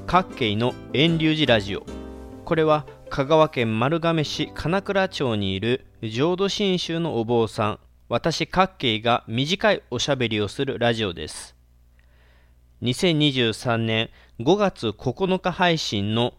各系の遠流寺ラジオ。これは香川県丸亀市金倉町にいる浄土真宗のお坊さん、私各系が短いおしゃべりをするラジオです。2023年5月9日配信の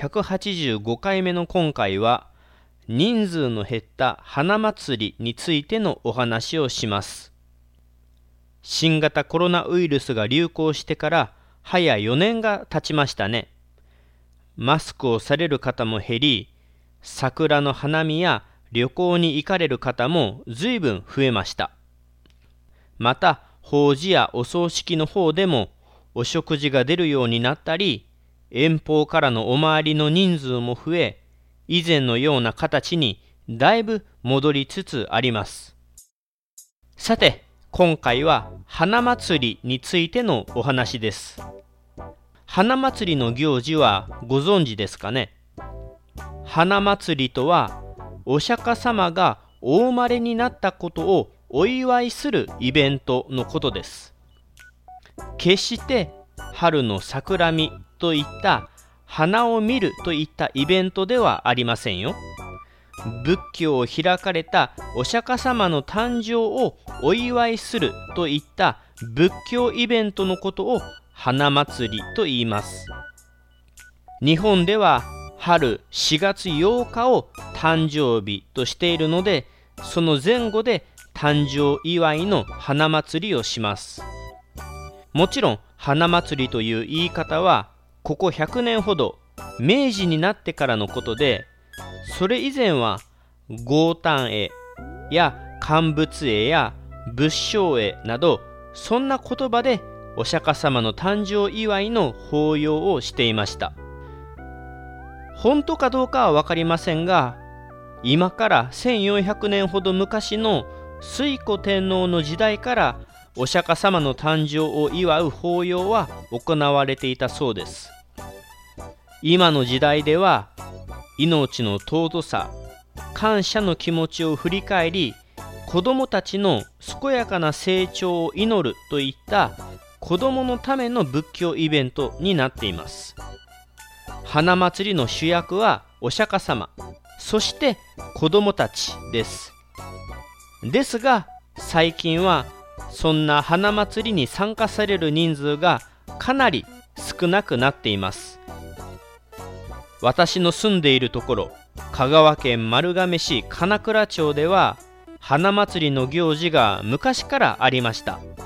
185回目の今回は、人数の減った花祭りについてのお話をします。新型コロナウイルスが流行してから早4年が経ちましたね。マスクをされる方も減り、桜の花見や旅行に行かれる方も随分増えました。また、法事やお葬式の方でもお食事が出るようになったり、遠方からのお参りの人数も増え、以前のような形にだいぶ戻りつつあります。さて、今回は花祭りについてのお話です。花祭りの行事はご存知ですかね。花祭りとは、お釈迦様がお生まれになったことをお祝いするイベントのことです。決して春の桜見といった花を見るといったイベントではありませんよ。仏教を開かれたお釈迦様の誕生をお祝いするといった仏教イベントのことを花祭りと言います。日本では春4月8日を誕生日としているので、その前後で誕生祝いの花祭りをします。もちろん花祭りという言い方はここ100年ほど明治になってからのことで、それ以前は豪誕会や乾物会や仏生会など、そんな言葉でお釈迦様の誕生祝いの法要をしていました。本当かどうかは分かりませんが、今から1400年ほど昔の推古天皇の時代からお釈迦様の誕生を祝う法要は行われていたそうです。今の時代では命の尊さ、感謝の気持ちを振り返り、子どもたちの健やかな成長を祈るといった子どものための仏教イベントになっています。花祭りの主役はお釈迦様、そして子どもたちです。ですが、最近はそんな花祭りに参加される人数がかなり少なくなっています。私の住んでいるところ、香川県丸亀市金倉町では花祭りの行事が昔からありました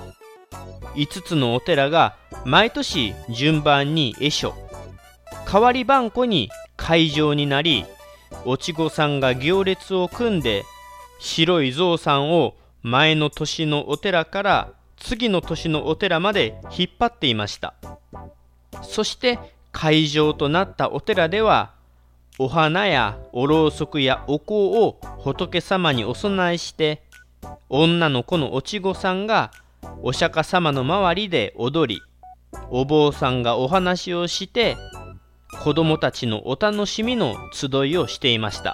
。5つのお寺が毎年順番に会所、代わり番子に会場になり、お稚児さんが行列を組んで白い象さんを前の年のお寺から次の年のお寺まで引っ張っていました。そして会場となったお寺では、お花やおろうそくやお香を仏様にお供えして、女の子のお稚児さんがお釈迦様の周りで踊り、お坊さんがお話をして、子供たちのお楽しみの集いをしていました。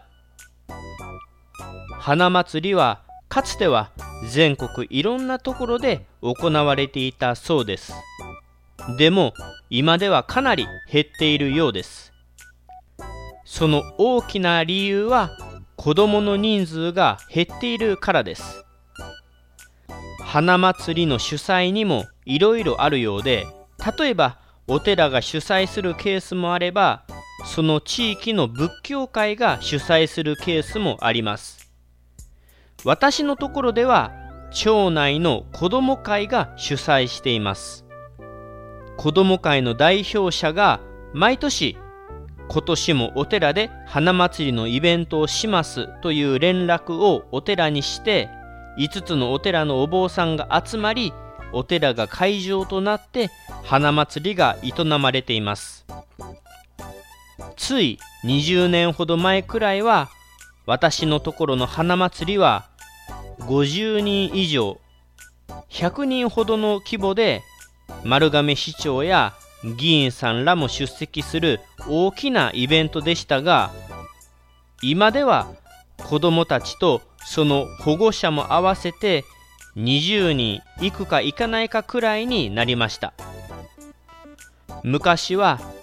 花祭りはかつては全国いろんなところで行われていたそうです。でも今ではかなり減っているようです。その大きな理由は子どもの人数が減っているからです。花祭りの主催にもいろいろあるようで、例えばお寺が主催するケースもあれば、その地域の仏教会が主催するケースもあります。私のところでは町内の子ども会が主催しています。子ども会の代表者が毎年、今年もお寺で花祭りのイベントをしますという連絡をお寺にして、5つのお寺のお坊さんが集まり、お寺が会場となって花祭りが営まれています。つい20年ほど前くらいは、私のところの花祭りは50人以上、100人ほどの規模で、丸亀市長や議員さんらも出席する大きなイベントでしたが、今では子どもたちとその保護者も合わせて20人行くか行かないかくらいになりました。昔は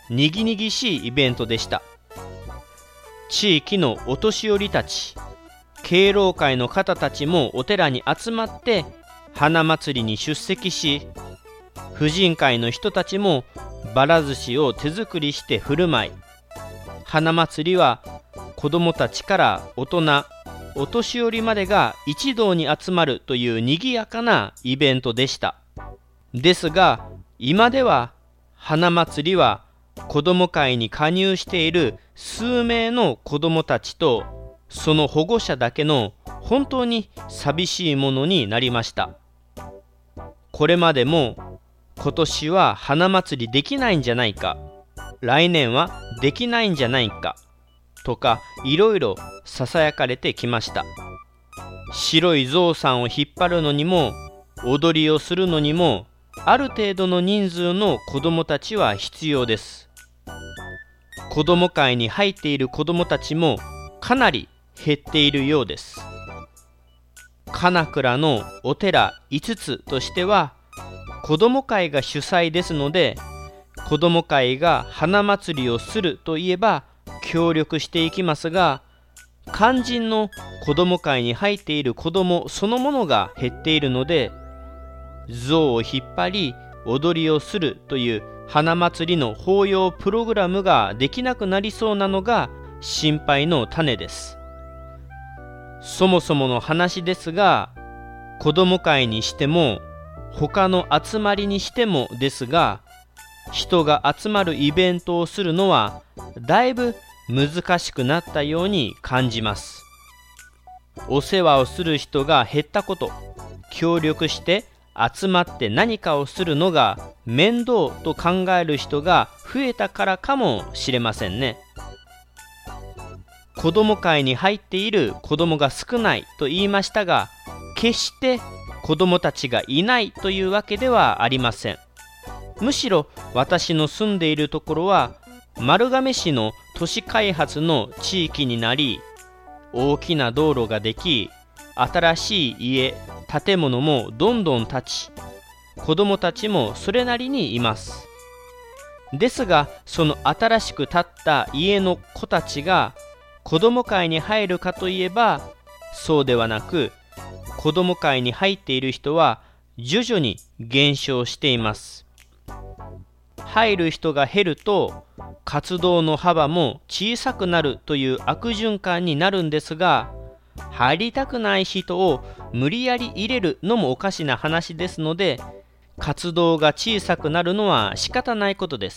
にぎにぎしいイベントでした。地域のお年寄りたち、敬老会の方たちもお寺に集まって花祭りに出席し、婦人会の人たちもばら寿司を手作りして振る舞い、花祭りは子どもたちから大人、お年寄りまでが一堂に集まるというにぎやかなイベントでした。ですが、今では花祭りは子ども会に加入している数名の子どもたちとその保護者だけの本当に寂しいものになりました。これまでも今年は花祭りできないんじゃないか、来年はできないんじゃないかとかいろいろささやかれてきました。白い象さんを引っ張るのにも踊りをするのにもある程度の人数の子どもたちは必要です。子ども会に入っている子どもたちもかなり減っているようです。金倉のお寺5つとしては子ども会が主催ですので、子ども会が花祭りをするといえば協力していきますが、肝心の子ども会に入っている子どもそのものが減っているので、象を引っ張り踊りをするという花祭りの法要プログラムができなくなりそうなのが心配の種です。そもそもの話ですが、子ども会にしても他の集まりにしてもですが、人が集まるイベントをするのはだいぶ難しくなったように感じます。お世話をする人が減ったこと、協力して集まって何かをするのが面倒と考える人が増えたからかもしれませんね。子ども会に入っている子どもが少ないと言いましたが、決して子どもたちがいないというわけではありません。むしろ私の住んでいるところは丸亀市の都市開発の地域になり、大きな道路ができ、新しい家、建物もどんどん建ち、子どもたちもそれなりにいます。ですが、その新しく建った家の子たちが子ども会に入るかといえばそうではなく、子ども会に入っている人は徐々に減少しています。入る人が減ると活動の幅も小さくなるという悪循環になるんですが、入りたくない人を無理やり入れるのもおかしな話ですので、活動が小さくなるのは仕方ないことです。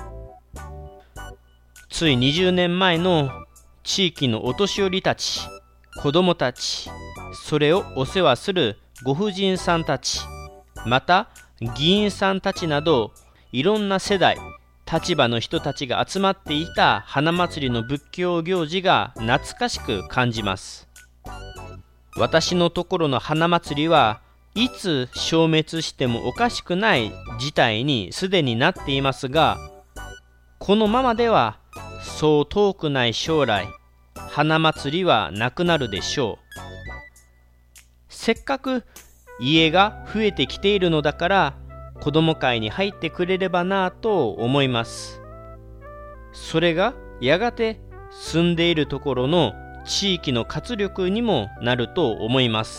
つい20年前の地域のお年寄りたち、子どもたち、それをお世話するご婦人さんたち、また議員さんたちなどいろんな世代、立場の人たちが集まっていた花祭りの仏教行事が懐かしく感じます。私のところの花祭りはいつ消滅してもおかしくない事態にすでになっていますが、このままではそう遠くない将来、花祭りはなくなるでしょう。せっかく家が増えてきているのだから、子ども会に入ってくれればなぁと思います。それがやがて住んでいるところの地域の活力にもなると思います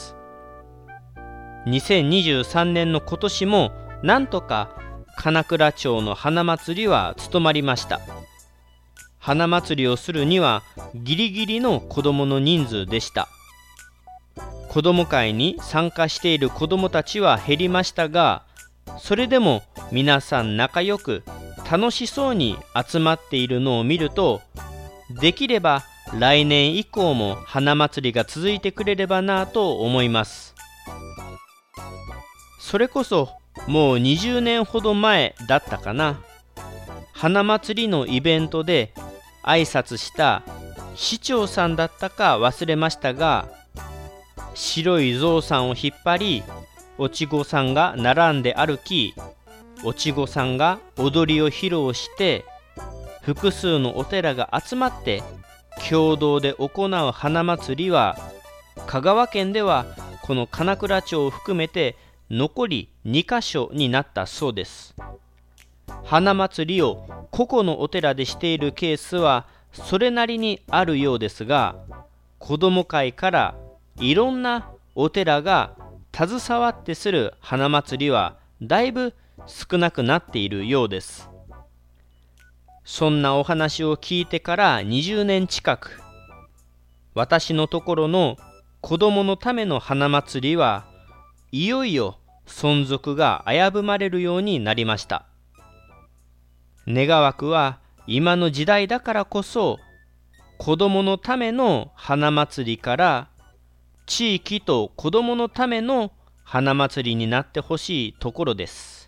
。2023年の今年もなんとか金倉町の花祭りは務まりました。花祭りをするにはギリギリの子どもの人数でした。子ども会に参加している子どもたちは減りましたが、それでも皆さん仲良く楽しそうに集まっているのを見ると、できれば来年以降も花祭りが続いてくれればなぁと思います。それこそもう20年ほど前だったかな、花祭りのイベントで挨拶した市長さんだったか忘れましたが、白い象さんを引っ張り、お稚児さんが並んで歩き、お稚児さんが踊りを披露して、複数のお寺が集まって共同で行う花祭りは、香川県ではこの金倉町を含めて残り2カ所になったそうです。 花祭りを個々のお寺でしているケースはそれなりにあるようですが、子ども会からいろんなお寺が携わってする花祭りはだいぶ少なくなっているようです。そんなお話を聞いてから20年近く、私のところの子どものための花祭りはいよいよ存続が危ぶまれるようになりました。願わくは今の時代だからこそ、子どものための花祭りから地域と子どものための花祭りになってほしいところです。